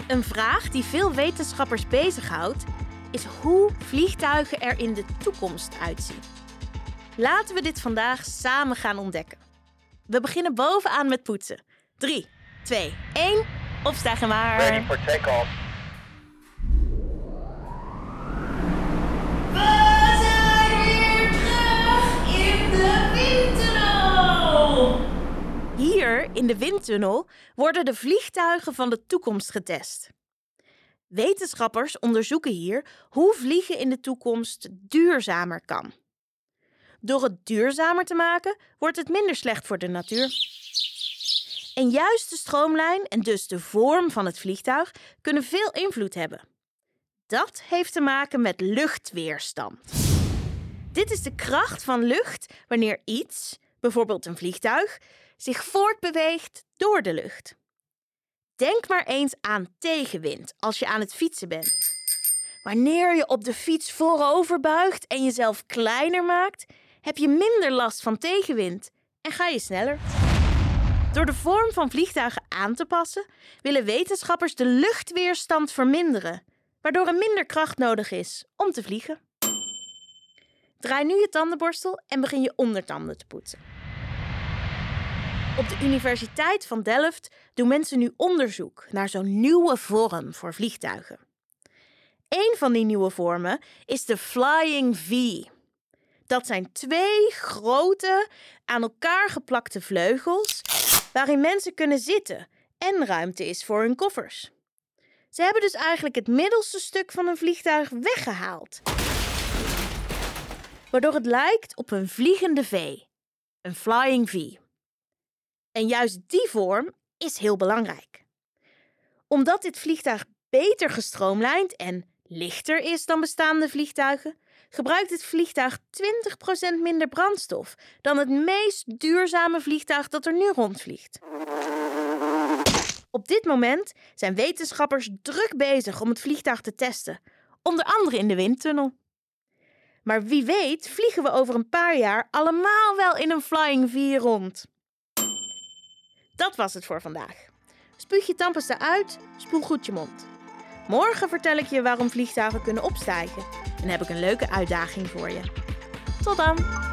Een vraag die veel wetenschappers bezighoudt is hoe vliegtuigen er in de toekomst uitzien. Laten we dit vandaag samen gaan ontdekken. We beginnen bovenaan met poetsen. 3, 2, 1, opstijgen maar. Ready for takeoff. We zijn weer terug in de windtunnel! Hier in de windtunnel worden de vliegtuigen van de toekomst getest. Wetenschappers onderzoeken hier hoe vliegen in de toekomst duurzamer kan. Door het duurzamer te maken, wordt het minder slecht voor de natuur. En juist de stroomlijn en dus de vorm van het vliegtuig kunnen veel invloed hebben. Dat heeft te maken met luchtweerstand. Dit is de kracht van lucht wanneer iets, bijvoorbeeld een vliegtuig, zich voortbeweegt door de lucht. Denk maar eens aan tegenwind als je aan het fietsen bent. Wanneer je op de fiets voorover buigt en jezelf kleiner maakt, heb je minder last van tegenwind en ga je sneller. Door de vorm van vliegtuigen aan te passen, willen wetenschappers de luchtweerstand verminderen, waardoor er minder kracht nodig is om te vliegen. Draai nu je tandenborstel en begin je ondertanden te poetsen. Op de Universiteit van Delft doen mensen nu onderzoek naar zo'n nieuwe vorm voor vliegtuigen. Een van die nieuwe vormen is de Flying V. Dat zijn 2 grote, aan elkaar geplakte vleugels waarin mensen kunnen zitten en ruimte is voor hun koffers. Ze hebben dus eigenlijk het middelste stuk van een vliegtuig weggehaald, waardoor het lijkt op een vliegende V, een Flying V. En juist die vorm is heel belangrijk. Omdat dit vliegtuig beter gestroomlijnd en lichter is dan bestaande vliegtuigen, gebruikt het vliegtuig 20% minder brandstof dan het meest duurzame vliegtuig dat er nu rondvliegt. Op dit moment zijn wetenschappers druk bezig om het vliegtuig te testen, onder andere in de windtunnel. Maar wie weet vliegen we over een paar jaar allemaal wel in een Flying V rond. Dat was het voor vandaag. Spuug je tandpasta uit, spoel goed je mond. Morgen vertel ik je waarom vliegtuigen kunnen opstijgen en heb ik een leuke uitdaging voor je. Tot dan!